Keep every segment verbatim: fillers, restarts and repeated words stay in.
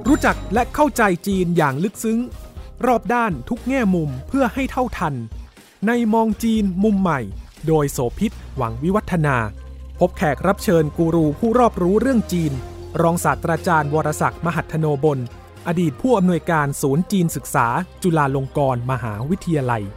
รู้จักและเข้าใจจีนอย่างลึกซึ้งรอบด้านทุกแง่มุมเพื่อให้เท่าทันในมองจีนมุมใหม่โดยโสภิต หวังวิวัฒนาพบแขกรับเชิญกูรูผู้รอบรู้เรื่องจีนรองศาสตราจารย์วรศักดิ์มหัทโนบลอดีตผู้อำนวยการศูนย์จีนศึกษาจุฬาลงกรณ์มหาวิทยาลัย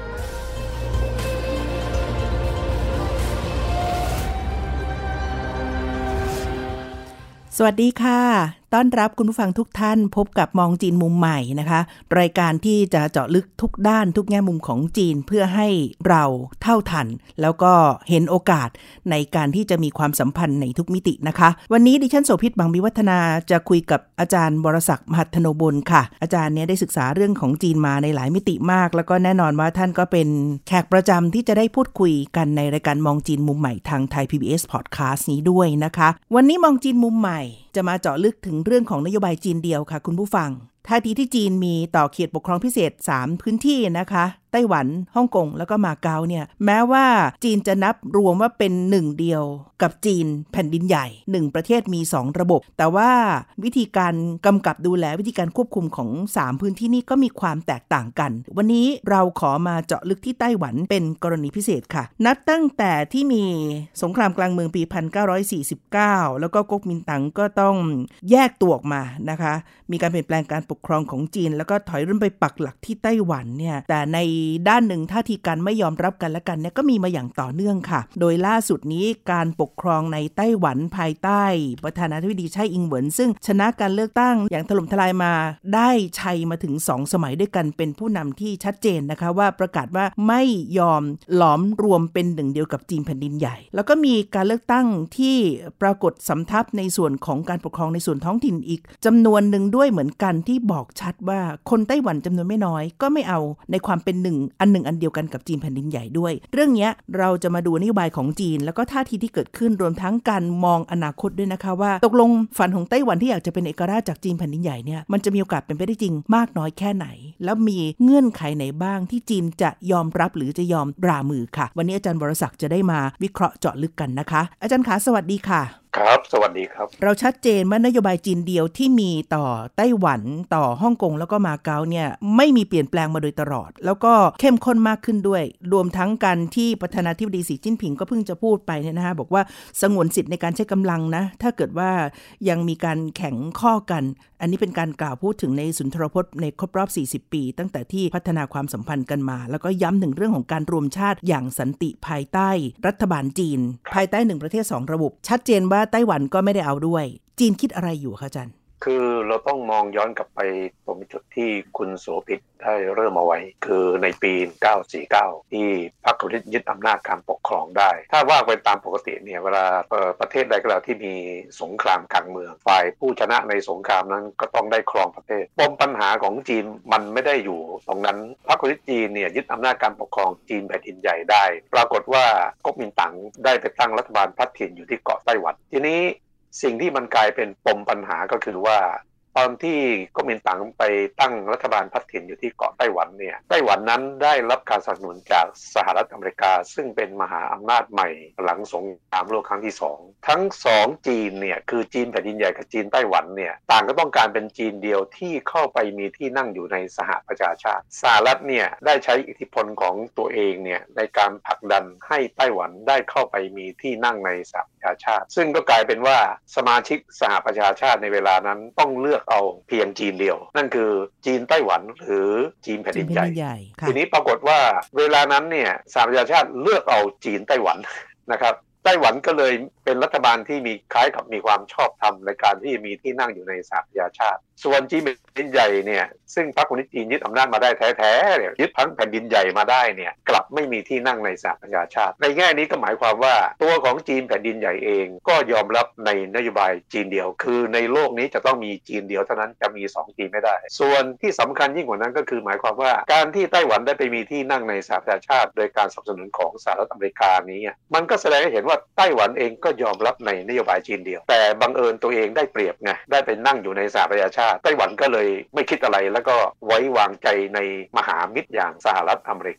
สวัสดีค่ะต้อนรับคุณผู้ฟังทุกท่านพบกับมองจีนมุมใหม่นะคะรายการที่จะเจาะลึกทุกด้านทุกแง่มุมของจีนเพื่อให้เราเท่าทันแล้วก็เห็นโอกาสในการที่จะมีความสัมพันธ์ในทุกมิตินะคะวันนี้ดิฉันโสภิต หวังวิวัฒนาจะคุยกับอาจารย์วรศักดิ์ มหัทโนบลค่ะอาจารย์เนี่ยได้ศึกษาเรื่องของจีนมาในหลายมิติมากแล้วก็แน่นอนว่าท่านก็เป็นแขกประจำที่จะได้พูดคุยกันในรายการมองจีนมุมใหม่ทางไทย พี บี เอส Podcast นี้ด้วยนะคะวันนี้มองจีนมุมใหม่จะมาเจาะลึกถึงเรื่องของนโยบายจีนเดียวค่ะคุณผู้ฟังท่าทีที่จีนมีต่อเขตปกครองพิเศษสามพื้นที่นะคะไต้หวันฮ่องกงแล้วก็มาเก๊าเนี่ยแม้ว่าจีนจะนับรวมว่าเป็นหนึ่งเดียวกับจีนแผ่นดินใหญ่หนึ่งประเทศมีสองระบบแต่ว่าวิธีการกำกับดูแลวิธีการควบคุมของสามพื้นที่นี้ก็มีความแตกต่างกันวันนี้เราขอมาเจาะลึกที่ไต้หวันเป็นกรณีพิเศษค่ะนับตั้งแต่ที่มีสงครามกลางเมืองปีหนึ่งพันเก้าร้อยสี่สิบเก้าแล้วก็ก๊กมินตั๋งก็ต้องแยกตัวออกมานะคะมีการเปลี่ยนแปลงการปกครองของจีนแล้วก็ถอยร่นไปปักหลักที่ไต้หวันเนี่ยแต่ในด้านหนึ่งท่าทีการไม่ยอมรับกันและกันเนี่ยก็มีมาอย่างต่อเนื่องค่ะโดยล่าสุดนี้การปกครองในไต้หวันภายใต้ประธานาธิบดีไช่อิงเหวินซึ่งชนะการเลือกตั้งอย่างถล่มทลายมาได้ชัยมาถึงสองสมัยด้วยกันเป็นผู้นำที่ชัดเจนนะคะว่าประกาศว่าไม่ยอมหลอมรวมเป็นหนึ่งเดียวกับจีนแผ่นดินใหญ่แล้วก็มีการเลือกตั้งที่ปรากฏสำทับในส่วนของการปกครองในส่วนท้องถิ่นอีกจำนวนหนึ่งด้วยเหมือนกันที่บอกชัดว่าคนไต้หวันจำนวนไม่น้อยก็ไม่เอาในความเป็นหนึ่งอันหนึ่งอันเดียวกันกับจีนแผ่นดินใหญ่ด้วยเรื่องนี้เราจะมาดูนโยบายของจีนแล้วก็ท่าทีที่เกิดขึ้นรวมทั้งการมองอนาคตด้วยนะคะว่าตกลงฝันของไต้หวันที่อยากจะเป็นเอกราชจากจีนแผ่นดินใหญ่เนี่ยมันจะมีโอกาสเป็นไปได้จริงมากน้อยแค่ไหนแล้วมีเงื่อนไขไหนบ้างที่จีนจะยอมรับหรือจะยอมรามือค่ะวันนี้อาจารย์วรศักดิ์จะได้มาวิเคราะห์เจาะลึกกันนะคะอาจารย์ขาสวัสดีค่ะครับสวัสดีครับเราชัดเจนว่านโยบายจีนเดียวที่มีต่อไต้หวันต่อฮ่องกงแล้วก็มาเก๊าเนี่ยไม่มีเปลี่ยนแปลงมาโดยตลอดแล้วก็เข้มข้นมากขึ้นด้วยรวมทั้งการที่ประธานาธิบดีสีจิ้นผิงก็เพิ่งจะพูดไปเนี่ยนะคะบอกว่าสงวนสิทธิ์ในการใช้กำลังนะถ้าเกิดว่ายังมีการแข่งข้อกันอันนี้เป็นการกล่าวพูดถึงในสุนทรพจน์ในครบรอบสี่สิบปีตั้งแต่ที่พัฒนาความสัมพันธ์กันมาแล้วก็ย้ำถึงเรื่องของการรวมชาติอย่างสันติภายใต้รัฐบาลจีนภายใต้หนึ่งประเทศสองระบบชัดเจนว่าไต้หวันก็ไม่ได้เอาด้วยจีนคิดอะไรอยู่คะอาจารย์คือเราต้องมองย้อนกลับไปตรงจุดที่คุณโสภิตได้เริ่มเอาไว้คือในปีหนึ่งเก้าสี่เก้าที่พรรคคอมมิวนิสต์ยึดอำนาจการปกครองได้ถ้าว่าไปตามปกติเนี่ยเวลาประเทศใดก็แล้วที่มีสงครามกลางเมืองฝ่ายผู้ชนะในสงครามนั้นก็ต้องได้ครองประเทศปมปัญหาของจีนมันไม่ได้อยู่ตรงนั้นพรรคคอมมิวนิสต์จีนเนี่ยยึดอำนาจการปกครองจีนแผ่นดินใหญ่ได้ปรากฏว่าก๊กมินตั๋งได้ไปตั้งรัฐบาลพลัดถิ่นอยู่ที่เกาะไต้หวันทีนี้สิ่งที่มันกลายเป็นปมปัญหาก็คือว่าตอนที่ก๊กมินตั๋งไปตั้งรัฐบาลพลัดถิ่นอยู่ที่เกาะไต้หวันเนี่ยไต้หวันนั้นได้รับการสนับสนุนจากสหรัฐอเมริกาซึ่งเป็นมหาอำนาจใหม่หลังสงครามโลกครั้งที่สองทั้งสองจีนเนี่ยคือจีนแผ่นดินใหญ่กับจีนไต้หวันเนี่ยต่างก็ต้องการเป็นจีนเดียวที่เข้าไปมีที่นั่งอยู่ในสหประชาชาติสหรัฐเนี่ยได้ใช้อิทธิพลของตัวเองเนี่ยในการผลักดันให้ไต้หวันได้เข้าไปมีที่นั่งในสหประชาชาติซึ่งก็กลายเป็นว่าสมาชิกสหประชาชาติในเวลานั้นต้องเลือกเอาเพียงจีนเดียวนั่นคือจีนไต้หวันหรือจีนแผ่นดินใหญ่ทีนี้ปรากฏว่าเวลานั้นเนี่ยสหประชาชาติเลือกเอาจีนไต้หวันนะครับไต้หวันก็เลยเป็นรัฐบาลที่มีคล้ายกับมีความชอบธรรมในการที่มีที่นั่งอยู่ในสหประชาชาติส่วนจีนแผ่นดินใหญ่เนี่ยซึ่งพรรคคอมมิวนิสต์จีนยึดอำนาจมาได้แท้ๆเนี่ยยึดทั้งแผ่นดินใหญ่มาได้เนี่ยกลับไม่มีที่นั่งในสหประชาชาติในแง่นี้ก็หมายความว่าตัวของจีนแผ่นดินใหญ่เองก็ยอมรับในนโยบายจีนเดียวคือในโลกนี้จะต้องมีจีนเดียวเท่านั้นจะมีสองจีนไม่ได้ส่วนที่สำคัญยิ่งกว่านั้นก็คือหมายความว่าการที่ไต้หวันได้ไปมีที่นั่งในสหประชาชาติโดยการสนับสนุนของสหรัฐอเมริกานี้มันก็แสดงให้เห็นว่าไต้หวันเองก็ยอมรับในนโยบายจีนเดียวแต่บังเอิญตัวเองได้เปรียบไงได้ไปนั่งอยู่ในสหประชาชาติไต้หวันก็เลยไม่คิดอะไรแล้วก็ไว้วางใจในมหามิตรอย่างสหรัฐอเมริกา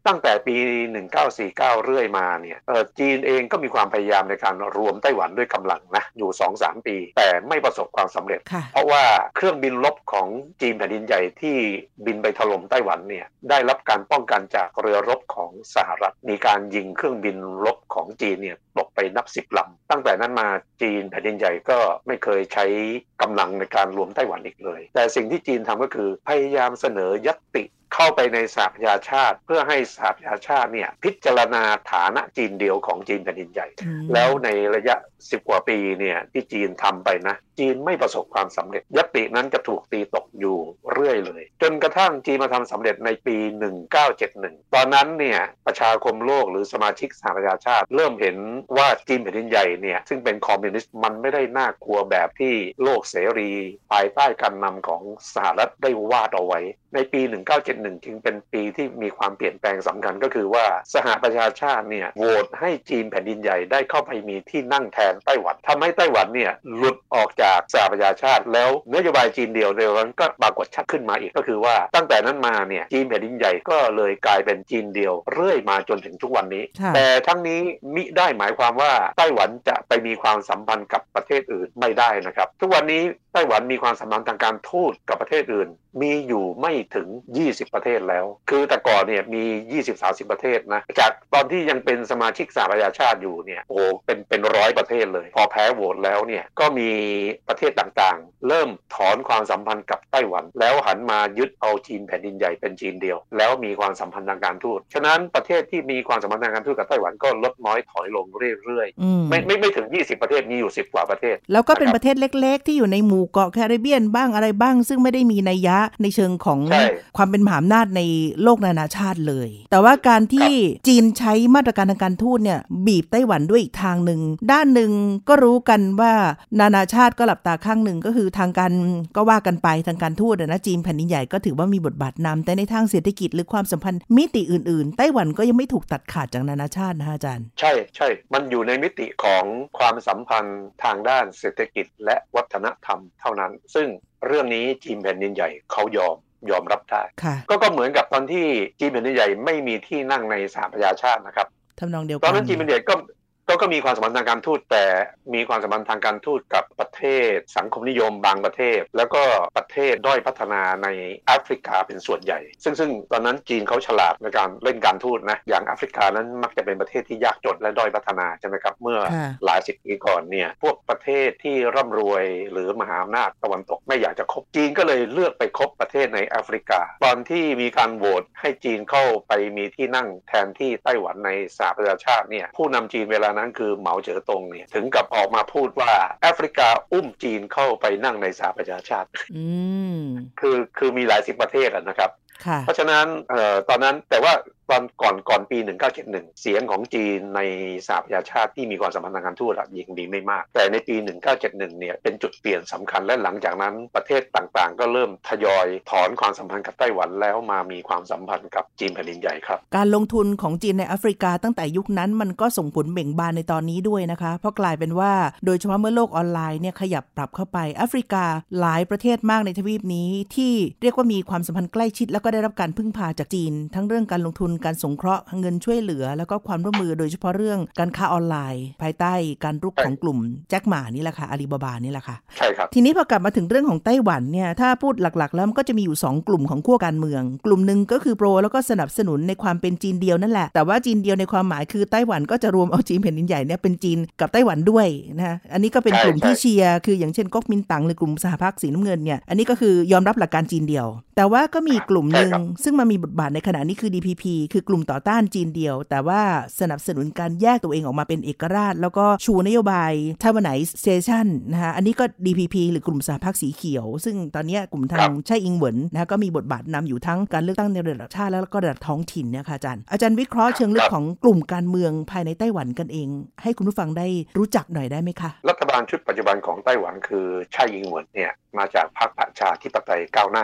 ตั้งแต่ปีหนึ่งเก้าสี่เก้าเรื่อยมาเนี่ยเออจีนเองก็มีความพยายามในการรวมไต้หวันด้วยกำลังนะอยู่ สองถึงสาม ปีแต่ไม่ประสบความสำเร็จเพราะว่าเครื่องบินรบของจีนแผ่นดินใหญ่ที่บินไปถล่มไต้หวันเนี่ยได้รับการป้องกันจากเรือรบของสหรัฐมีการยิงเครื่องบินรบของจีนเนี่ยตกไปนับสิบลำตั้งแต่นั้นมาจีนแผ่นดินใหญ่ก็ไม่เคยใช้กำลังในการรวมไต้หวันอีกเลยแต่สิ่งที่จีนทำก็คือพยายามเสนอญัตติเข้าไปในสหประชาชาติเพื่อให้สหประชาชาติเนี่ยพิจารณาฐานะจีนเดียวของจีนแผ่นดินใหญ่แล้วในระยะสิบกว่าปีเนี่ยที่จีนทำไปนะจีนไม่ประสบความสำเร็จญัตตินั้นจะถูกตีตกอยู่เรื่อยเลยจนกระทั่งจีนมาทำสำเร็จในปีหนึ่งเก้าเจ็ดหนึ่งตอนนั้นเนี่ยประชาคมโลกหรือสมาชิกสหประชาชาติเริ่มเห็นว่าจีนแผ่นดินใหญ่เนี่ยซึ่งเป็นคอมมิวนิสต์มันไม่ได้น่ากลัวแบบที่โลกเสรีภายใต้การนำของสหรัฐได้วาดเอาไว้ในปีหนึ่งเก้าเจ็ดหนึ่งจึงเป็นปีที่มีความเปลี่ยนแปลงสำคัญก็คือว่าสหประชาชาติเนี่ยโหวตให้จีนแผ่นดินใหญ่ได้เข้าไปมีที่นั่งแทนไต้หวันทำให้ไต้หวันเนี่ยหลุดออกจากสหประชาชาติแล้วนโยบายจีนเดียวเดียวนั้นก็ปรากฏชัดขึ้นมาอีกก็คือว่าตั้งแต่นั้นมาเนี่ยจีนแผ่นดินใหญ่ก็เลยกลายเป็นจีนเดียวเรื่อยมาจนถึงทุกวันนี้แต่ทั้งนี้มิได้หมายความว่าไต้หวันจะไปมีความสัมพันธ์กับประเทศอื่นไม่ได้นะครับทุกวันนี้ไต้หวันมีความสัมพันธ์ทางการทูตกับประเทศอื่นมีอยู่ไม่ถึงยี่สิบประเทศแล้วคือแต่ก่อนเนี่ยมี ยี่สิบถึงสามสิบ ประเทศนะจากตอนที่ยังเป็นสมาชิกสหประชาชาติอยู่เนี่ยโอ้เป็นเป็นร้อยประเทศเลยพอแพ้โหวตแล้วเนี่ยก็มีประเทศต่างๆเริ่มถอนความสัมพันธ์กับไต้หวันแล้วหันมายึดเอาจีนแผ่นดินใหญ่เป็นจีนเดียวแล้วมีความสัมพันธ์ทางการทูตฉะนั้นประเทศที่มีความสัมพันธ์ทางการทูตกับไต้หวันก็ลดน้อยถอยลงเรื่อยๆไม่ไม่ไม่ถึงยี่สิบประเทศมีอยู่สิบกว่าประเทศแล้วก็เป็นประเทศเล็กๆที่อยู่ในหมู่เกาะแคริบเบียนบ้างอะไรบ้างซึ่งไม่ได้มีนัยยะในเชิงของความเป็นมหาอำนาจในโลกนานาชาติเลยแต่ว่าการที่จีนใช้มาตรการทางการทูตเนี่ยบีบไต้หวันด้วยอีกทางหนึ่งด้านหนึ่งก็รู้กันว่านานาชาติก็หลับตาข้างหนึ่งก็คือทางการก็ว่ากันไปทางการทูตนะจีนแผ่นดินใหญ่ก็ถือว่ามีบทบาทนำแต่ในทางเศรษฐกิจหรือความสัมพันธ์มิติอื่นๆไต้หวันก็ยังไม่ถูกตัดขาดจากนานาชาตินะอาจารย์ใช่ใช่มันอยู่ในมิติของความสัมพันธ์ทางด้านเศรษฐกิจและวัฒนธรรมเท่านั้นซึ่งเรื่องนี้จีนแผ่นดินใหญ่เขายอมยอมรับได้ก็ก็เหมือนกับตอนที่จีนแผ่นดินใหญ่ไม่มีที่นั่งในสหประชาชาตินะครับทำนองเดียวกันตอนนั้นจีนแผ่นดินใหญ่ก็ก็ก็มีความสัมพันธ์ทางการทูตแต่มีความสัมพันธ์ทางการทูตกับประเทศสังคมนิยมบางประเทศแล้วก็ประเทศด้อยพัฒนาในแอฟริกาเป็นส่วนใหญ่ซึ่งซึ่งตอนนั้นจีนเขาฉลาดในการเล่นการทูตนะอย่างแอฟริกานั้นมักจะเป็นประเทศที่ยากจนและด้อยพัฒนาใช่ไหมครับเมื่อหลายสิบปีก่อนเนี่ยพวกประเทศที่ร่ำรวยหรือมหาอำนาจตะวันตกไม่อยากจะคบจีนก็เลยเลือกไปคบประเทศในแอฟริกาตอนที่มีการโหวตให้จีนเข้าไปมีที่นั่งแทนที่ไต้หวันในสหประชาชาติเนี่ยผู้นำจีนเวลานั้นคือเหมาเจ๋อตงเนี่ยถึงกับออกมาพูดว่าแอฟริกาอุ้มจีนเข้าไปนั่งในสหประชาชาติอืมคือคือมีหลายสิบประเทศอ่ะนะครับเพราะฉะนั้นเอ่อตอนนั้นแต่ว่าตอนก่อนก่อนปีหนึ่งเก้าเจ็ดหนึ่งเสียงของจีนในสหประชาชาติที่มีความสัมพันธ์ทางการทูตยังดีไม่มากแต่ในปีหนึ่งเก้าเจ็ดหนึ่งเนี่ยเป็นจุดเปลี่ยนสำคัญและหลังจากนั้นประเทศต่างๆก็เริ่มทยอยถอนความสัมพันธ์กับไต้หวันแล้วมามีความสัมพันธ์กับจีนแผ่นดินใหญ่ครับการลงทุนของจีนในแอฟริกาตั้งแต่ยุคนั้นมันก็ส่งผลเบ่งบานในตอนนี้ด้วยนะคะเพราะกลายเป็นว่าโดยเฉพาะเมื่อโลกออนไลน์เนี่ยขยับปรับเข้าไปแอฟริกาหลายประเทศมากในทวีปนี้ที่เรียกว่ามีความสัมพันธ์ใกล้ชิดแล้วก็ได้รับการพึ่งพาจากจีนทั้งเรื่องการลงทุนการสงเคราะห์เงินช่วยเหลือแล้วก็ความร่วมมือโดยเฉพาะเรื่องการค้าออนไลน์ภายใต้การรุกของกลุ่มแจ็คหม่านี่แหละค่ะอาลีบาบานี่แหละค่ะใช่ครับทีนี้พอกลับมาถึงเรื่องของไต้หวันเนี่ยถ้าพูดหลักๆแล้วมันก็จะมีอยู่สองกลุ่มของขั้วการเมืองกลุ่มนึงก็คือโปรแล้วก็สนับสนุนในความเป็นจีนเดียวนั่นแหละแต่ว่าจีนเดียวในความหมายคือไต้หวันก็จะรวมเอาจีนแผ่นดินใหญ่เนี่ยเป็นจีนกับไต้หวันด้วยนะอันนี้ก็เป็นกลุ่มที่เชียร์คืออย่างเช่นก๊กมินตั๋งหรือกลุ่มสหพรรคสีน้ำเงินเนี่ยอันนี้ก็คือยอมรับหลักการจีนเดียวแต่ว่าก็มีกลุ่มนึงซึ่งมามีบทบาทในขณะนี้คือ ดี พี พี คือกลุ่มต่อต้านจีนเดียวแต่ว่าสนับสนุนการแยกตัวเองออกมาเป็นเอกราชแล้วก็ชูนโยบาย Taiwanization นะคะอันนี้ก็ ดี พี พี หรือกลุ่มสหพรรคสีเขียวซึ่งตอนนี้กลุ่มทางไช่อิงเหวินนะคะก็มีบทบาทนำอยู่ทั้งการเลือกตั้งในระดับชาติแล้วก็ระดับท้องถิ่นเนี่ยค่ะอาจารย์อาจารย์วิเคราะห์เชิงลึกของกลุ่มการเมืองภายในไต้หวันกันเองให้คุณผู้ฟังได้รู้จักหน่อยได้ไหมคะรัฐบาลชุดปัจจุบันของไต้หวันคือไช่อิงเหวินเนี่ยมาจากพรรคประชาธิปไตยก้าวหน้า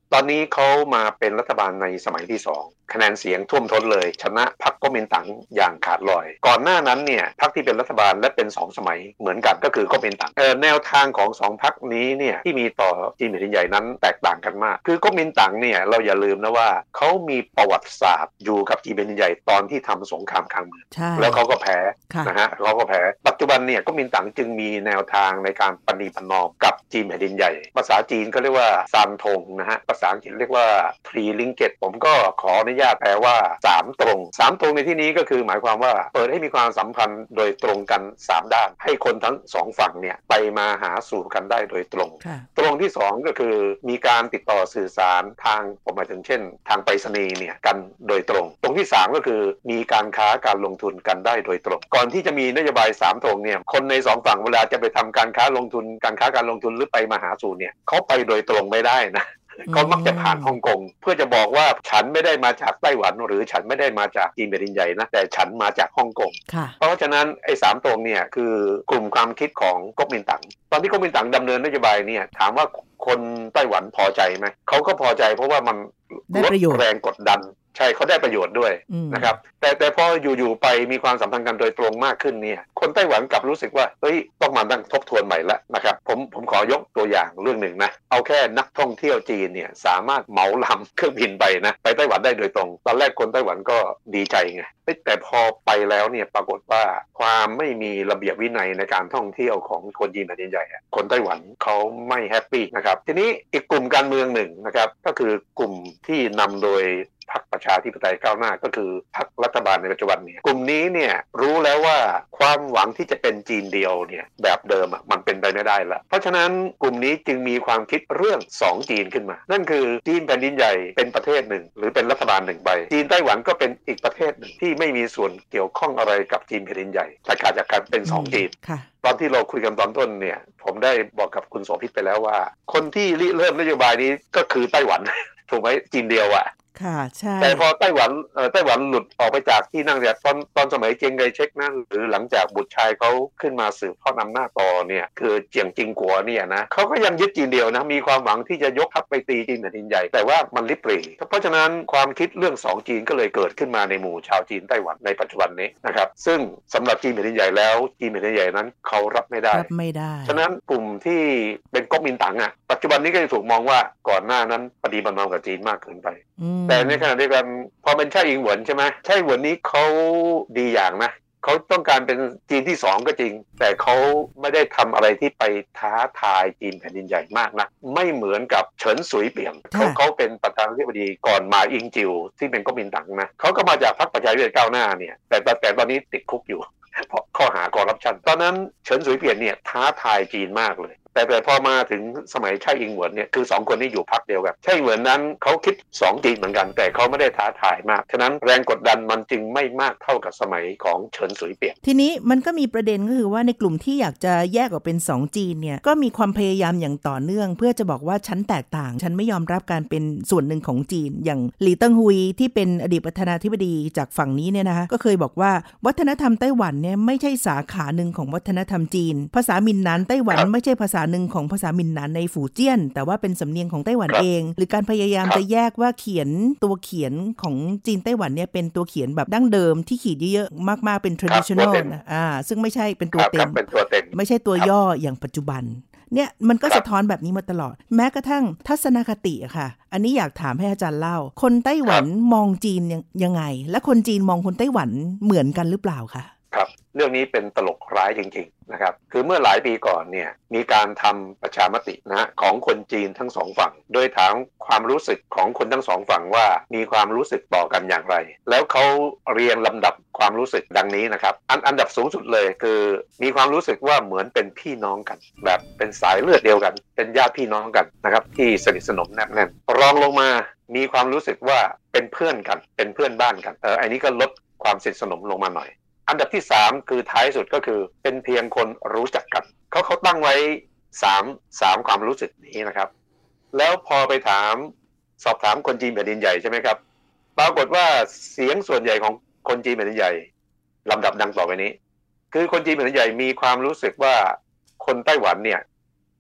ตอนนี้เขามาเป็นรัฐบาลในสมัยที่สองคะแนนเสียงท่วมท้นเลยชนะพรรคก๊กมินตั๋งอย่างขาดลอยก่อนหน้านั้นเนี่ยพรรคที่เป็นรัฐบาลและเป็นสองสมัยเหมือนกันก็คือก๊กมินตั๋งเอ่อแนวทางของสองพรรคนี้เนี่ยที่มีต่อจีนแผ่นดินใหญ่นั้นแตกต่างกันมากคือก๊กมินตั๋งเนี่ยเราอย่าลืมนะว่าเขามีประวัติศาสตร์อยู่กับจีนแผ่นดินใหญ่ตอนที่ทำสงครามกลางเมืองแล้วเขาก็แพ้นะฮะเขาก็แพ้ปัจจุบันเนี่ยก๊กมินตั๋งจึงมีแนวทางในการปณีประนอมกับจีนแผ่นดินใหญ่ภาษาจีนก็เรียกว่าซานทงนะฮะภาษาอังกฤษเรียกว่า three linked ผมก็ขออนุญาตแปลว่าสามตรงสามตรงในที่นี้ก็คือหมายความว่าเปิดให้มีความสัมพันธ์โดยตรงกันสามด้านให้คนทั้งสองฝั่งเนี่ยไปมาหาสู่กันได้โดยตรงตรงที่สองก็คือมีการติดต่อสื่อสารทางผมหมายถึงเช่นทางไปรษณีย์เนี่ยกันโดยตรงตรงที่สามก็คือมีการค้าการลงทุนกันได้โดยตรงก่อนที่จะมีนโยบายสามตรงเนี่ยคนในสองฝั่งเวลาจะไปทำการค้าลงทุนการค้าการลงทุนหรือไปมาหาสู่เนี่ยเขาไปโดยตรงไม่ได้นะเขามักจะผ่านฮ่องกงเพื่อจะบอกว่าฉันไม่ได้มาจากไต้หวันหรือฉันไม่ได้มาจากจีนแผ่นดินใหญ่นะแต่ฉันมาจากฮ่องกงเพราะฉะนั้นไอ้สามตรงเนี่ยคือกลุ่มความคิดของก๊กมินตั๋งตอนที่ก๊กมินตั๋งดำเนินนโยบายเนี่ยถามว่าคนไต้หวันพอใจไหมเขาก็พอใจเพราะว่ามันลดแรงกดดันใช่เขาได้ประโยชน์ด้วยนะครับแต่แต่พออยู่ๆไปมีความสัมพันธ์กันโดยตรงมากขึ้นเนี่ยคนไต้หวันกลับรู้สึกว่าเฮ้ยต้องมาตั้งทบทวนใหม่แล้วนะครับผมผมขอยกตัวอย่างเรื่องหนึ่งนะเอาแค่นักท่องเที่ยวจีนเนี่ยสามารถเหมาลำเครื่องบินไปนะไปไต้หวันได้โดยตรงตอนแรกคนไต้หวันก็ดีใจไงแต่พอไปแล้วเนี่ยปรากฏว่าความไม่มีระเบียบวินัยในการท่องเที่ยวของคนจีนแผ่นดินใหญ่คนไต้หวันเขาไม่แฮปปี้นะครับทีนี้อีกกลุ่มการเมืองหนึ่งนะครับก็คือกลุ่มที่นำโดยพรรคประชาธิปไตยก้าวหน้าก็คือพรรครัฐบาลในปัจจุบันเนี่ยกลุ่มนี้เนี่ยรู้แล้วว่าความหวังที่จะเป็นจีนเดียวเนี่ยแบบเดิมมันเป็นไปไม่ได้แล้วเพราะฉะนั้นกลุ่มนี้จึงมีความคิดเรื่องสองจีนขึ้นมานั่นคือจีนแผ่นดินใหญ่เป็นประเทศหนึ่งหรือเป็นรัฐบาลหนึ่งใบจีนไต้หวันก็เป็นอีกประเทศหนึ่งที่ไม่มีส่วนเกี่ยวข้องอะไรกับจีนแผ่นดินใหญ่แต่การจากการเป็นสองจีนตอนที่เราคุยกันตอนต้นเนี่ยผมได้บอกกับคุณโสภิตไปแล้วว่าคนที่ริเริ่มนโยบายนี้ก็คือไต้หวันถูกไหมจีนเดียวอะค่ะใช่แต่พอไต้หวันเอ่อไต้หวันหลุดออกไปจากที่นั่งเนี่ยตอนตอนสมัยเจียงไคเชกนั่นหรือหลังจากบุตรชายเขาขึ้นมาสืบทอดอำนาจต่อเนี่ยคือเจียงจิงกัวเนี่ยนะเขาก็ยังยึดจีนเดียวนะมีความหวังที่จะยกทัพไปตีจีนแผ่นดินใหญ่แต่ว่ามันลิบหรี่เพราะฉะนั้นความคิดเรื่องสองจีนก็เลยเกิดขึ้นมาในหมู่ชาวจีนไต้หวันในปัจจุบันนี้นะครับซึ่งสำหรับจีนแผ่นดินใหญ่แล้วจีนแผ่นดินใหญ่นั้นเขารับไม่ได้รับไม่ได้ฉะนั้นกลุ่มที่เป็นก๊กมินตั๋งอ่ะปัจจุบันนี้ก็จะถูกมองว่าก่อนหน้านั้นปฏิบัตินอมกับจีนมากเกินไปแต่ในขณะเดียวกันพอเป็นไช่อิงเหวินใช่ไหมไช่อิงเหวินนี้เขาดีอย่างนะเขาต้องการเป็นจีนที่สองก็จริงแต่เขาไม่ได้ทำอะไรที่ไปท้าทายจีนแผ่นดินใหญ่มากนะไม่เหมือนกับเฉินสุยเปี่ยงเขาเขาเป็นประธานาธิบดีก่อนมาอิงจิวที่เป็นก๊กมินตั๋งนะเขาก็มาจากพรรคประชาธิปไตยก้าวหน้าเนี่ยแต่แต่ตอนนี้ติดคุกอยู่เพราะข้อหาคอร์รัปชันตอนนั้นเฉินสุยเปี่ยงเนี่ยท้าทายจีนมากเลยแต่แต่พอมาถึงสมัยไช่อิงเหวินเนี่ยคือสองคนนี้อยู่พรรคเดียวกันไช่อิงเหวินนั้นเขาคิดสองจีนเหมือนกันแต่เขาไม่ได้ท้าทายมากฉะนั้นแรงกดดันมันจึงไม่มากเท่ากับสมัยของเฉินสุยเปี่ยงทีนี้มันก็มีประเด็นก็คือว่าในกลุ่มที่อยากจะแยกออกเป็นสองจีนเนี่ยก็มีความพยายามอย่างต่อเนื่องเพื่อจะบอกว่าฉันแตกต่างฉันไม่ยอมรับการเป็นส่วนหนึ่งของจีนอย่างหลี่เติ้งฮุยที่เป็นอดีตประธานาธิบดีจากฝั่งนี้เนี่ยนะคะก็เคยบอกว่าวัฒนธรรมไต้หวันเนี่ยไม่ใช่สาขาหนึ่งของวัฒนธรรมจีนภาษามินนานไต้หวันไม่ใช่ภาษาหนึ่งของภาษามินนานในฝูเจี้ยนแต่ว่าเป็นสำเนียงของไต้หวันเองหรือการพยายามจะแยกว่าเขียนตัวเขียนของจีนไต้หวันเนี่ยเป็นตัวเขียนแบบดั้งเดิมที่ขีดเยอะๆมากๆเป็น traditional นะอ่าซึ่งไม่ใช่เป็นตัวเต็มไม่ใช่ตัวย่ออย่างปัจจุบันเนี่ยมันก็สะท้อนแบบนี้มาตลอดแม้กระทั่งทัศนคติอะค่ะอันนี้อยากถามให้อาจารย์เล่าคนไต้หวันมองจีนยังไงและคนจีนมองคนไต้หวันเหมือนกันหรือเปล่าคะครับเรื่องนี้เป็นตลกร้ายจริงๆนะครับคือเมื่อหลายปีก่อนเนี่ยมีการทำประชามตินะของคนจีนทั้งสองฝั่งโดยถามความรู้สึกของคนทั้งสองฝั่งว่ามีความรู้สึกต่อกันอย่างไรแล้วเขาเรียงลำดับความรู้สึกดังนี้นะครับอันอันดับสูงสุดเลยคือมีความรู้สึกว่าเหมือนเป็นพี่น้องกันแบบเป็นสายเลือดเดียวกันเป็นญาติพี่น้องกันนะครับที่สนิทสนมแนบแน่นรองลงมามีความรู้สึกว่าเป็นเพื่อนกันเป็นเพื่อนบ้านกันเอออันนี้ก็ลดความสนิทสนมลงมาหน่อยอันดับที่สามคือท้ายสุดก็คือเป็นเพียงคนรู้จักกันเขาเขาตั้งไว้สาม สามความรู้สึกนี้นะครับแล้วพอไปถามสอบถามคนจีนแผ่นดินใหญ่ใช่ไหมครับปรากฏว่าเสียงส่วนใหญ่ของคนจีนแผ่นดินใหญ่ลำดับดังต่อไปนี้คือคนจีนแผ่นดินใหญ่มีความรู้สึกว่าคนไต้หวันเนี่ย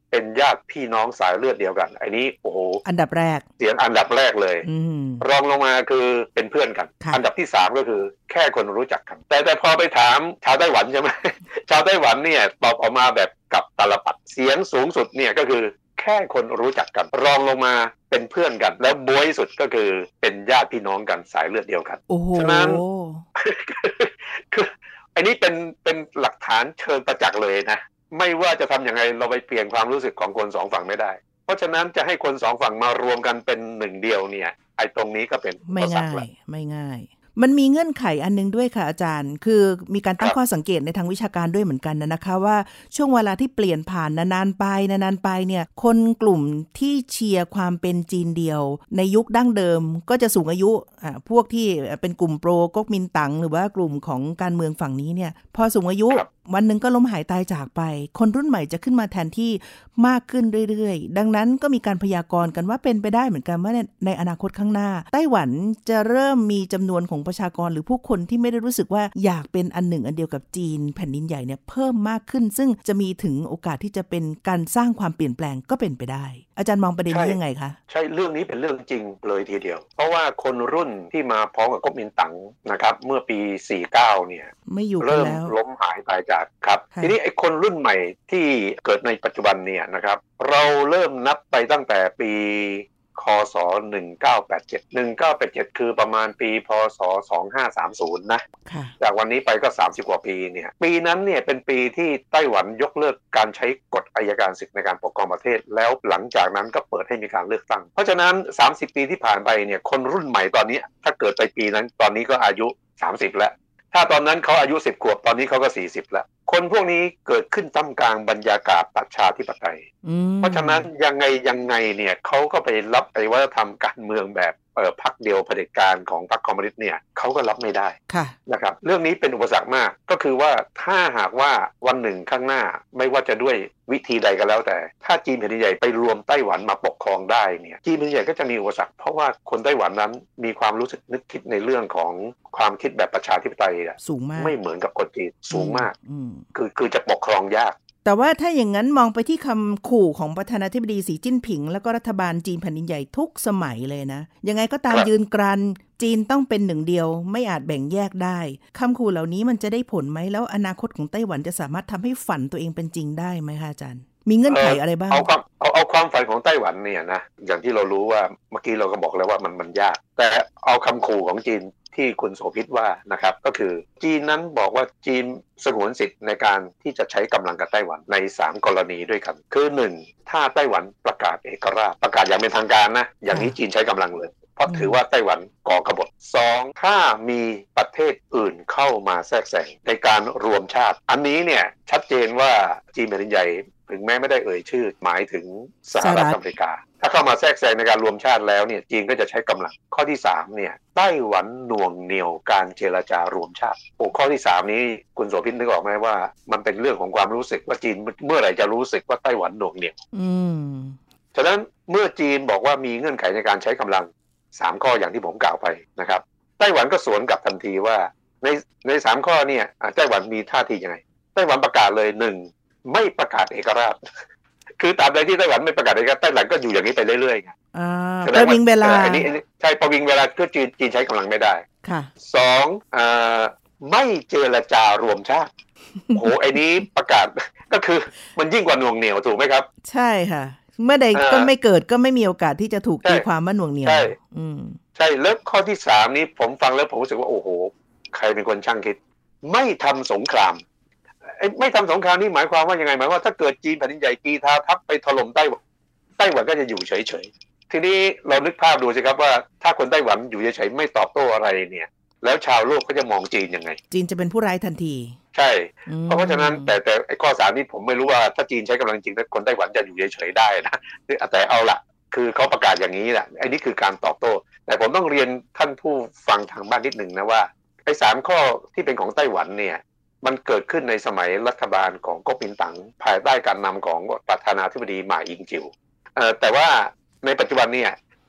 เป็นญาติพี่น้องสายเลือดเดียวกันไอ้นี้โอ้โหอันดับแรกเสียงอันดับแรกเลยรองลงมาคือเป็นเพื่อนกันอันดับที่สามก็คือแค่คนรู้จักกันแต่แต่พอไปถามชาวไต้หวันใช่ไหมชาวไต้หวันเนี่ยตอบออกมาแบบกับตลปัดเสียงสูงสุดเนี่ยก็คือแค่คนรู้จักกันรองลงมาเป็นเพื่อนกันแล้วบวยสุดก็คือเป็นญาติพี่น้องกันสายเลือดเดียวกันฉะนั้นคืออันนี้เป็นเป็นหลักฐานเชิงประจักษ์เลยนะไม่ว่าจะทำยังไงเราไปเปลี่ยนความรู้สึกของคนสองฝั่งไม่ได้เพราะฉะนั้นจะให้คนสองฝั่งมารวมกันเป็นหนึ่งเดียวเนี่ยไอ้ตรงนี้ก็เป็นไม่ง่ายไม่ง่ายมันมีเงื่อนไขอันนึงด้วยค่ะอาจารย์คือมีการตั้งข้อสังเกตในทางวิชาการด้วยเหมือนกันนะคะว่าช่วงเวลาที่เปลี่ยนผ่านนานๆไปนานๆไปเนี่ยคนกลุ่มที่เชียร์ความเป็นจีนเดียวในยุคดั้งเดิมก็จะสูงอายุอ่าพวกที่เป็นกลุ่มโปรก๊กมินตั๋งหรือว่ากลุ่มของการเมืองฝั่งนี้เนี่ยพอสูงอายุวันหนึ่งก็ล้มหายตายจากไปคนรุ่นใหม่จะขึ้นมาแทนที่มากขึ้นเรื่อยๆดังนั้นก็มีการพยากรณ์กันว่าเป็นไปได้เหมือนกันว่าใน, ในอนาคตข้างหน้าไต้หวันจะเริ่มมีจำนวนของประชากรหรือผู้คนที่ไม่ได้รู้สึกว่าอยากเป็นอันหนึ่งอันเดียวกับจีนแผ่นดินใหญ่เนี่ยเพิ่มมากขึ้นซึ่งจะมีถึงโอกาสที่จะเป็นการสร้างความเปลี่ยนแปลงก็เป็นไปได้อาจารย์มองประเด็นนี้ยังไงคะใช่เรื่องนี้เป็นเรื่องจริงเลยทีเดียวเพราะว่าคนรุ่นที่มาพร้อมกับก๊กมินตั๋งนะครับเมื่อปีสี่สิบเก้าเนี่ยไม่อยู่เริ่มแล้วล้มหายตายจากครับทีนี้ไอ้คนรุ่นใหม่ที่เกิดในปัจจุบันเนี่ยนะครับเราเริ่มนับไปตั้งแต่ปีคศหนึ่งเก้าแปดเจ็ด หนึ่งเก้าแปดเจ็ดคือประมาณปีพศสองห้าสามศูนย์นะจากวันนี้ไปก็สามสิบกว่าปีเนี่ยปีนั้นเนี่ยเป็นปีที่ไต้หวันยกเลิกการใช้กฎอัยการศึกในการปกครองประเทศแล้วหลังจากนั้นก็เปิดให้มีการเลือกตั้งเพราะฉะนั้นสามสิบปีที่ผ่านไปเนี่ยคนรุ่นใหม่ตอนนี้ถ้าเกิดไปปีนั้นตอนนี้ก็อายุสามสิบแล้วถ้าตอนนั้นเขาอายุสิบขวบตอนนี้เขาก็สี่สิบแล้วคนพวกนี้เกิดขึ้นท่ามกลางบรรยากาศประชาธิปไตยเพราะฉะนั้นยังไงยังไงเนี่ยเขาก็ไปรับไอ้วัฒนธรรมการเมืองแบบเอ่อพรรคเดียวเผด็จการของพรรคคอมมิวนิสต์เนี่ยเขาก็รับไม่ได้นะครับเรื่องนี้เป็นอุปสรรคมากก็คือว่าถ้าหากว่าวันหนึ่งข้างหน้าไม่ว่าจะด้วยวิธีใดก็แล้วแต่ถ้าจีนแผ่นดินใหญ่ไปรวมไต้หวันมาปกครองได้เนี่ยจีนแผ่นดินใหญ่ก็จะมีอุปสรรคเพราะว่าคนไต้หวันนั้นมีความรู้สึกนึกคิดในเรื่องของความคิดแบบประชาธิปไตยสูงมากไม่เหมือนกับคนจีนสูงมากคือคือจะปกครองยากแต่ว่าถ้าอย่างนั้นมองไปที่คำขู่ของประธานาธิบดีสีจิ้นผิงแล้วก็รัฐบาลจีนแผ่นดินใหญ่ทุกสมัยเลยนะยังไงก็ตามยืนกรันจีนต้องเป็นหนึ่งเดียวไม่อาจแบ่งแยกได้คำขู่เหล่านี้มันจะได้ผลไหมแล้วอนาคตของไต้หวันจะสามารถทำให้ฝันตัวเองเป็นจริงได้ไหมคะอาจารย์มีเงื่อนไขอะไรบ้างเอาความเอาเอาความฝันของไต้หวันเนี่ยนะอย่างที่เรารู้ว่าเมื่อกี้เราก็บอกแล้วว่ามันมันยากแต่เอาคำขู่ของจีนที่คุณโสภิตว่านะครับก็คือจีนนั้นบอกว่าจีนสงวนสิทธิ์ในการที่จะใช้กำลังกับไต้หวันในสามกรณีด้วยกันคือหนึ่งถ้าไต้หวันประกาศเอกราชประกาศอย่างเป็นทางการนะอย่างนี้จีนใช้กำลังเลยเพราะถือว่าไต้หวันก่อกบฏสองถ้ามีประเทศอื่นเข้ามาแทรกแซงในการรวมชาติอันนี้เนี่ยชัดเจนว่าจีนแผ่นดินใหญ่ถึงแม้ไม่ได้เอ่ยชื่อหมายถึงสหรัฐอเมริกาถ้าเข้ามาแทรกแซงในการรวมชาติแล้วเนี่ยจีนก็จะใช้กำลังข้อที่สามเนี่ยไต้หวันหน่วงเหนี่ยวการเจรจารวมชาติโอ้ข้อที่สามนี้คุณโสภิตนึกออกไหมว่ามันเป็นเรื่องของความรู้สึกว่าจีนเมื่อไหร่จะรู้สึกว่าไต้หวันหน่วงเหนี่ยวอืมฉะนั้นเมื่อจีนบอกว่ามีเงื่อนไขในการใช้กำลังสามข้ออย่างที่ผมกล่าวไปนะครับไต้หวันก็สวนกลับทันทีว่าในในสามข้อเนี่ยไต้หวันมีท่าทียังไงไต้หวันประกาศเลยหนึ่งไม่ประกาศเอกราชคือตราบใดที่ไต้หวันไม่ประกาศเอกราชไต้หวันก็อยู่อย่างนี้ไปเรื่อยๆไงอ่าประวิงเวลาอันนี้ใช่ประวิงเวลาเพื่อจีนจีนใช้กำลังไม่ได้ค่ะสองอ่าไม่เจรจารวมชาติโหไอ้นี้ประกาศก็คือมันยิ่งกว่าหน่วงเหนี่ยวถูกไหมครับใช่ค่ะเมื่อใดก็ไม่เกิดก็ไม่มีโอกาสที่จะถูกตีความว่าหน่วงเหนี่ยวใช่อืมใช่แล้วข้อที่สามนี้ผมฟังแล้วผมรู้สึกว่าโอ้โหใครเป็นคนช่างคิดไม่ทำสงครามไม่ทำสงครามนี่หมายความว่ายังไงหมายว่าถ้าเกิดจีนแผ่นดินใหญ่กีทาทัพไปถล่มไต้หวันไต้หวันก็จะอยู่เฉยๆทีนี้เรานึกภาพดูสิครับว่าถ้าคนไต้หวันอยู่เฉยๆไม่ตอบโต้อะไรเนี่ยแล้วชาวโลกก็จะมองจีนยังไงจีนจะเป็นผู้ร้ายทันทีใช่เพราะฉะนั้นแต่แต่ไอ้ข้อสามนี้ผมไม่รู้ว่าถ้าจีนใช้กำลังจริงแล้วคนไต้หวันจะอยู่เฉยๆได้นะแต่เอาละคือเขาประกาศอย่างนี้แหละไอ้นี่คือการตอบโต้แต่ผมต้องเรียนท่านผู้ฟังทางบ้านนิดหนึ่งนะว่าไอ้สามข้อที่เป็นของไต้หวันเนี่ยมันเกิดขึ้นในสมัยรัฐบาลของก๊กมินตั๋งภายใต้การนำของประธานาธิบดีหม่าอิงจิวเอ่อแต่ว่าในปัจจุบันเนี่ย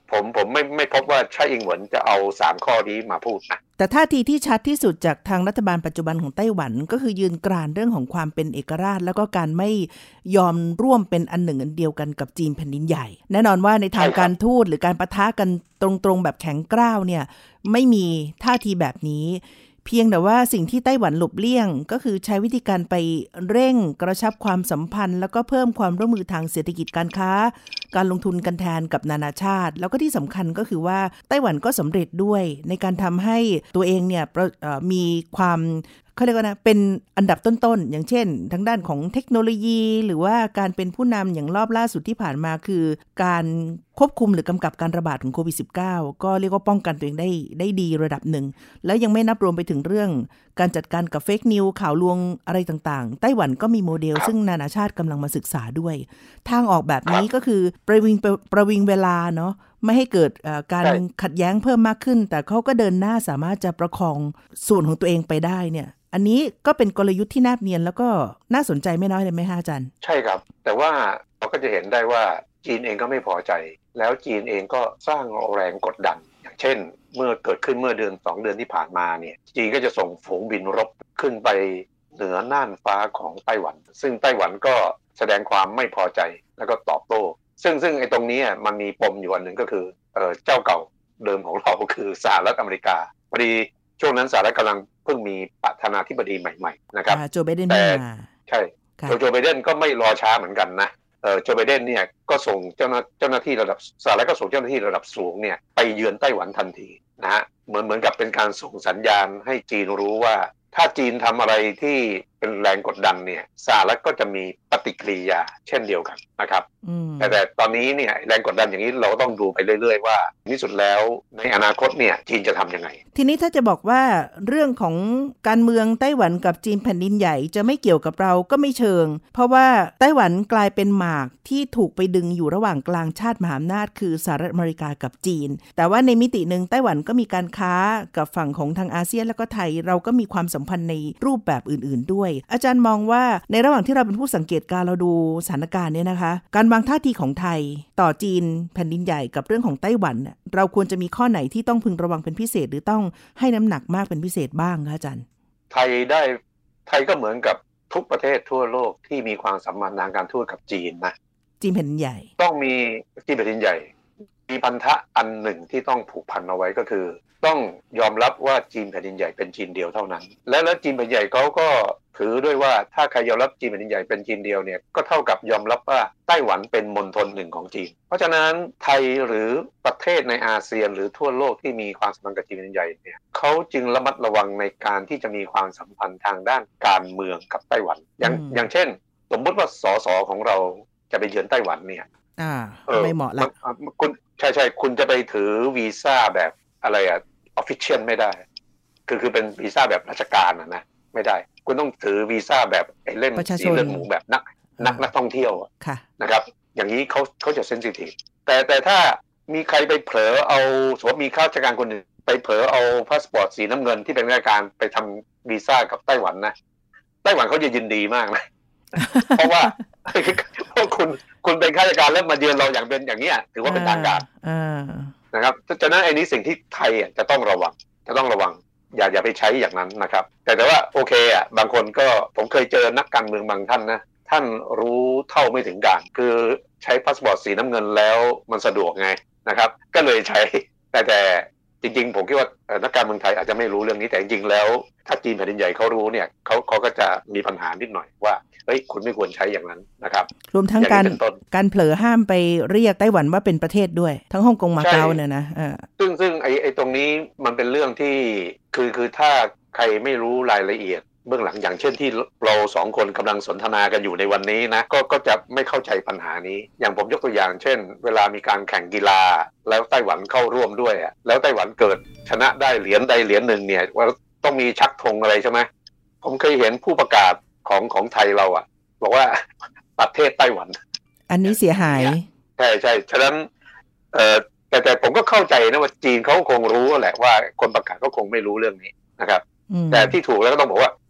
ผมผมไม่ไม่พบว่าไช่อิงเหวินจะเอาสามข้อนี้มาพูดนะแต่ท่าทีที่ชัดที่สุดจากทางรัฐบาลปัจจุบันของไต้หวันก็คือยืนกรานเรื่องของความเป็นเอกราชแล้วก็การไม่ยอมร่วมเป็นอันหนึ่งอันเดียวกันกับจีนแผ่นดินใหญ่แน่นอนว่าในทางการทูตหรือการปะทะกันตรงๆแบบแข็งกร้าวเนี่ยไม่มีท่าทีแบบนี้เพียงแต่ว่าสิ่งที่ไต้หวันหลบเลี่ยงก็คือใช้วิธีการไปเร่งกระชับความสัมพันธ์แล้วก็เพิ่มความร่วมมือทางเศรษฐกิจการค้าการลงทุนกันแทนกับนานาชาติแล้วก็ที่สำคัญก็คือว่าไต้หวันก็สำเร็จด้วยในการทำให้ตัวเองเนี่ยมีความเขาเรียกว่านะเป็นอันดับต้นๆอย่างเช่นทางด้านของเทคโนโลยีหรือว่าการเป็นผู้นำอย่างรอบล่าสุดที่ผ่านมาคือการควบคุมหรือกำกับการระบาดของโควิด สิบเก้า ก็เรียกว่าป้องกันตัวเองได้ได้ดีระดับหนึ่งแล้วยังไม่นับรวมไปถึงเรื่องการจัดการกับเฟกนิวข่าวลวงอะไรต่างๆไต้หวันก็มีโมเดลซึ่งนานาชาติกำลังมาศึกษาด้วยทางออกแบบนี้ก็คือประวิงประวิงเวลาเนาะไม่ให้เกิดการขัดแย้งเพิ่มมากขึ้นแต่เขาก็เดินหน้าสามารถจะประคองส่วนของตัวเองไปได้เนี่ยอันนี้ก็เป็นกลยุทธ์ที่แนบเนียนแล้วก็น่าสนใจไม่น้อยเลยไหมฮะอาจารย์ใช่ครับแต่ว่าเราก็จะเห็นได้ว่าจีนเองก็ไม่พอใจแล้วจีนเองก็สร้างแรงกดดันอย่างเช่นเมื่อเกิดขึ้นเมื่อเดือนสองเดือนที่ผ่านมาเนี่ยจีนก็จะส่งฝูงบินรบขึ้นไปเหนือน่านฟ้าของไต้หวันซึ่งไต้หวันก็แสดงความไม่พอใจแล้วก็ตอบโต้ซึ่งซึ่งไอ้ตรงนี้มันมีปมอยู่อันหนึ่งก็คือเอ่อเจ้าเก่าเดิมของเราคือสหรัฐอเมริกาพอดีช่วงนั้นสหรัฐกำลังเพิ่งมีประธานาธิบดีใหม่ๆนะครับโจไบเดนแต่ใช่โจไบเดนก็ไม่รอช้าเหมือนกันนะเอ่อโจไบเดนเนี่ยก็ส่งเจ้าหน้าเจ้าหน้าที่ระดับสหรัฐก็ส่งเจ้าหน้าที่ระดับสูงเนี่ยไปเยือนไต้หวันทันทีนะฮะเหมือนเหมือนกับเป็นการส่งสัญญาณให้จีนรู้ว่าถ้าจีนทำอะไรที่เป็นแรงกดดันเนี่ยสหรัฐก็จะมีปฏิกิริยาเช่นเดียวกันนะครับแต่แต่ตอนนี้เนี่ยแรงกดดันอย่างนี้เราต้องดูไปเรื่อยๆว่าที่สุดแล้วในอนาคตเนี่ยจีนจะทำยังไงทีนี้ถ้าจะบอกว่าเรื่องของการเมืองไต้หวันกับจีนแผ่นดินใหญ่จะไม่เกี่ยวกับเราก็ไม่เชิงเพราะว่าไต้หวันกลายเป็นหมากที่ถูกไปดึงอยู่ระหว่างกลางชาติมหาอำนาจคือสหรัฐอเมริกากับจีนแต่ว่าในมิตินึงไต้หวันก็มีการค้ากับฝั่งของทางอาเซียนแล้วก็ไทยเราก็มีความสัมพันธ์ในรูปแบบอื่นๆด้วยอาจารย์มองว่าในระหว่างที่เราเป็นผู้สังเกตการเราดูสถานการณ์เนี่ยนะคะการวางท่าทีของไทยต่อจีนแผ่นดินใหญ่กับเรื่องของไต้หวันเราควรจะมีข้อไหนที่ต้องพึงระวังเป็นพิเศษหรือต้องให้น้ำหนักมากเป็นพิเศษบ้างคะอาจารย์ไทยได้ไทยก็เหมือนกับทุกประเทศทั่วโลกที่มีความสัมพันธ์ทางการทูตกับจีนนะจีนแผ่นดินใหญ่ต้องมีจีนแผ่นดินใหญ่มีพันธะอันหนึ่งที่ต้องผูกพันเอาไว้ก็คือต้องยอมรับว่าจีนแผ่นดินใหญ่เป็นจีนเดียวเท่านั้นและแล้วจีนแผ่นดินใหญ่เขาก็ถือด้วยว่าถ้าใครยอมรับจีนแผ่นดินใหญ่เป็นจีนเดียวเนี่ยก็เท่ากับยอมรับว่าไต้หวันเป็นมณฑลหนึ่งของจีนเพราะฉะนั้นไทยหรือประเทศในอาเซียนหรือทั่วโลกที่มีความสัมพันธ์กับจีนแผ่นดินใหญ่เนี่ยเขาจึงระมัดระวังในการที่จะมีความสัมพันธ์ทางด้านการเมืองกับไต้หวันอย่างอย่างเช่นสมมติว่าสสของเราจะไปเยือนไต้หวันเนี่ยอ่าไม่เหมาะละคุณใช่ๆคุณจะไปถือวีซ่าแบบอะไรอะออฟฟิเชียลไม่ได้คือคือเป็นวีซ่าแบบราชการนะนะไม่ได้คุณต้องถือวีซ่าแบบไอ้เล่มสีเลือดหมูแบบนักนักนักท่องเที่ยวนะครับอย่างนี้เขาเขาจะเซนซิทีฟแต่แต่ถ้ามีใครไปเผลอเอาสมมติมีข้าราชการคนหนึ่งไปเผลอเอาพาสปอร์ตสีน้ำเงินที่เป็นราชการไปทำวีซ่ากับไต้หวันนะไต้หวันเขาจะยินดีมากนะเพราะว่าเพราะคุณคุณเป็นข้าราชการแล้วมาเยือนเราอย่างเป็นอย่างนี้ถือว่าเป็นทางการนะครับฉะนั้นไอ้นี้สิ่งที่ไทยจะต้องระวังจะต้องระวังอย่าอย่าไปใช้อย่างนั้นนะครับแต่แต่ว่าโอเคอ่ะบางคนก็ผมเคยเจอนักการเมืองบางท่านนะท่านรู้เท่าไม่ถึงการคือใช้พาสปอร์ตสีน้ำเงินแล้วมันสะดวกไงนะครับก็เลยใช้แต่แต่จริงๆผมคิดว่านักการเมืองไทยอาจจะไม่รู้เรื่องนี้แต่จริงๆแล้วถ้าจีนแผ่นดินใหญ่เขารู้เนี่ยเขาเขาก็จะมีปัญหานิดหน่อยว่าเฮ้ยคุณไม่ควรใช้อย่างนั้นนะครับรวมทั้งการการเผลอห้ามไปเรียกไต้หวันว่าเป็นประเทศด้วยทั้งฮ่องกงมาเก๊าเนี่ยนะซึ่งซึ่งไอ้ไอ้ตรงนี้มันเป็นเรื่องที่คือคือถ้าใครไม่รู้รายละเอียดเบื้องหลังอย่างเช่นที่เราสองคนกำลังสนทนากันอยู่ในวันนี้นะก็ก็จะไม่เข้าใจปัญหานี้อย่างผมยกตัวอย่างเช่นเวลามีการแข่งกีฬาแล้วไต้หวันเข้าร่วมด้วยแล้วไต้หวันเกิดชนะได้เหรียญใดเหรียญหนึ่งเนี่ยว่าต้องมีชักธงอะไรใช่ไหมผมเคยเห็นผู้ประกาศของของไทยเราอ่ะบอกว่าประเทศไต้หวันอันนี้เสียหายใช่ใช่ฉะนั้นเอ่อแต่แต่ผมก็เข้าใจนะว่าจีนเขาคงรู้แหละว่าคนประกาศก็คงไม่รู้เรื่องนี้นะครับแต่ที่ถูกแล้วก็ต้องบอกว่า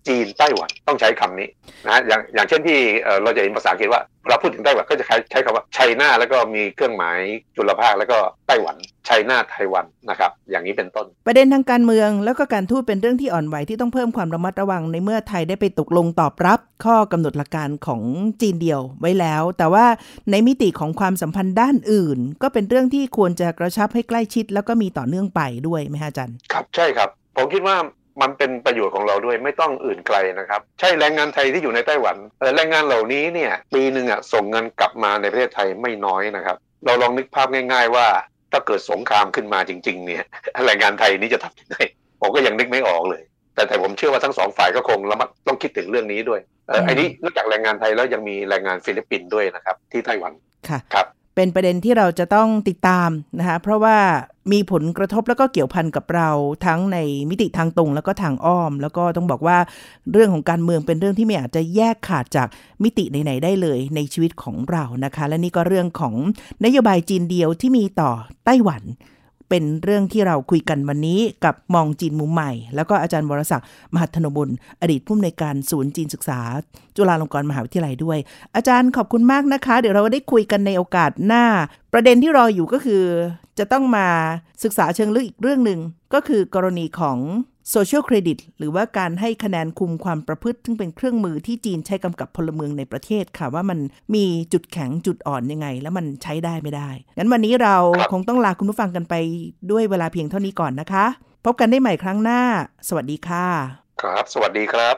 จีนไต้หวันต้องใช้คำนี้นะอย่างอย่างเช่นที่เราจะเห็นภาษาอังกฤษว่าเราพูดถึงไต้หวันก็จะใช้คำว่าไชน่าแล้วก็มีเครื่องหมายจุลภาคแล้วก็ไต้หวันไชน่าไต้หวันนะครับอย่างนี้เป็นต้นประเด็นทางการเมืองแล้วก็การทูตเป็นเรื่องที่อ่อนไหวที่ต้องเพิ่มความระมัดระวังในเมื่อไทยได้ไปตกลงตอบรับข้อกำหนดหลักการของจีนเดียวไว้แล้วแต่ว่าในมิติของความสัมพันธ์ด้านอื่นก็เป็นเรื่องที่ควรจะกระชับให้ใกล้ชิดแล้วก็มีต่อเนื่องไปด้วยไหมฮะอาจารย์ครับใช่ครับผมคิดว่ามันเป็นประโยชน์ของเราด้วยไม่ต้องอื่นไกลนะครับใช่แรงงานไทยที่อยู่ในไต้หวันแรงงานเหล่านี้เนี่ยปีนึงอ่ะส่งเงินกลับมาในประเทศไทยไม่น้อยนะครับเราลองนึกภาพง่ายๆว่าถ้าเกิดสงครามขึ้นมาจริงๆเนี่ยแรงงานไทยนี้จะทำยังไงผมก็ยังนึกไม่ออกเลยแต่แต่ผมเชื่อว่าทั้งสองฝ่ายก็คงแล้วต้องคิดถึงเรื่องนี้ด้วยเออไอ้นี้นอกจากแรงงานไทยแล้วยังมีแรงงานฟิลิปปินส์ด้วยนะครับที่ไต้หวันค่ะครับเป็นประเด็นที่เราจะต้องติดตามนะคะเพราะว่ามีผลกระทบแล้วก็เกี่ยวพันกับเราทั้งในมิติทางตรงแล้วก็ทางอ้อมแล้วก็ต้องบอกว่าเรื่องของการเมืองเป็นเรื่องที่ไม่อาจจะแยกขาดจากมิติไหนๆได้เลยในชีวิตของเรานะคะและนี่ก็เรื่องของนโยบายจีนเดียวที่มีต่อไต้หวันเป็นเรื่องที่เราคุยกันวันนี้กับมองจีนมุมใหม่แล้วก็อาจารย์วรศักดิ์มหัทธนบุญอดีตผู้อำนวยการศูนย์จีนศึกษาจุฬาลงกรณ์มหาวิทยาลัยด้วยอาจารย์ขอบคุณมากนะคะเดี๋ยวเราได้คุยกันในโอกาสหน้าประเด็นที่รออยู่ก็คือจะต้องมาศึกษาเชิงลึกอีกเรื่องนึงก็คือกรณีของโซเชียลเครดิตหรือว่าการให้คะแนนคุมความประพฤติซึ่งเป็นเครื่องมือที่จีนใช้กำกับพลเมืองในประเทศค่ะว่ามันมีจุดแข็งจุดอ่อนยังไงแล้วมันใช้ได้ไม่ได้งั้นวันนี้เราคงต้องลาคุณผู้ฟังกันไปด้วยเวลาเพียงเท่านี้ก่อนนะคะพบกันได้ใหม่ครั้งหน้าสวัสดีค่ะครับสวัสดีครับ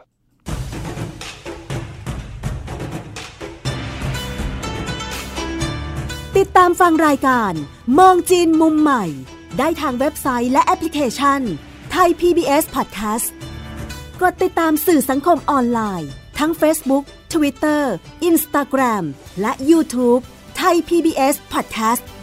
ติดตามฟังรายการมองจีนมุมใหม่ได้ทางเว็บไซต์และแอปพลิเคชันไทย พี บี เอส Podcast กดติดตามสื่อสังคมออนไลน์ทั้ง Facebook, Twitter, Instagram และ YouTube ไทย พี บี เอส Podcast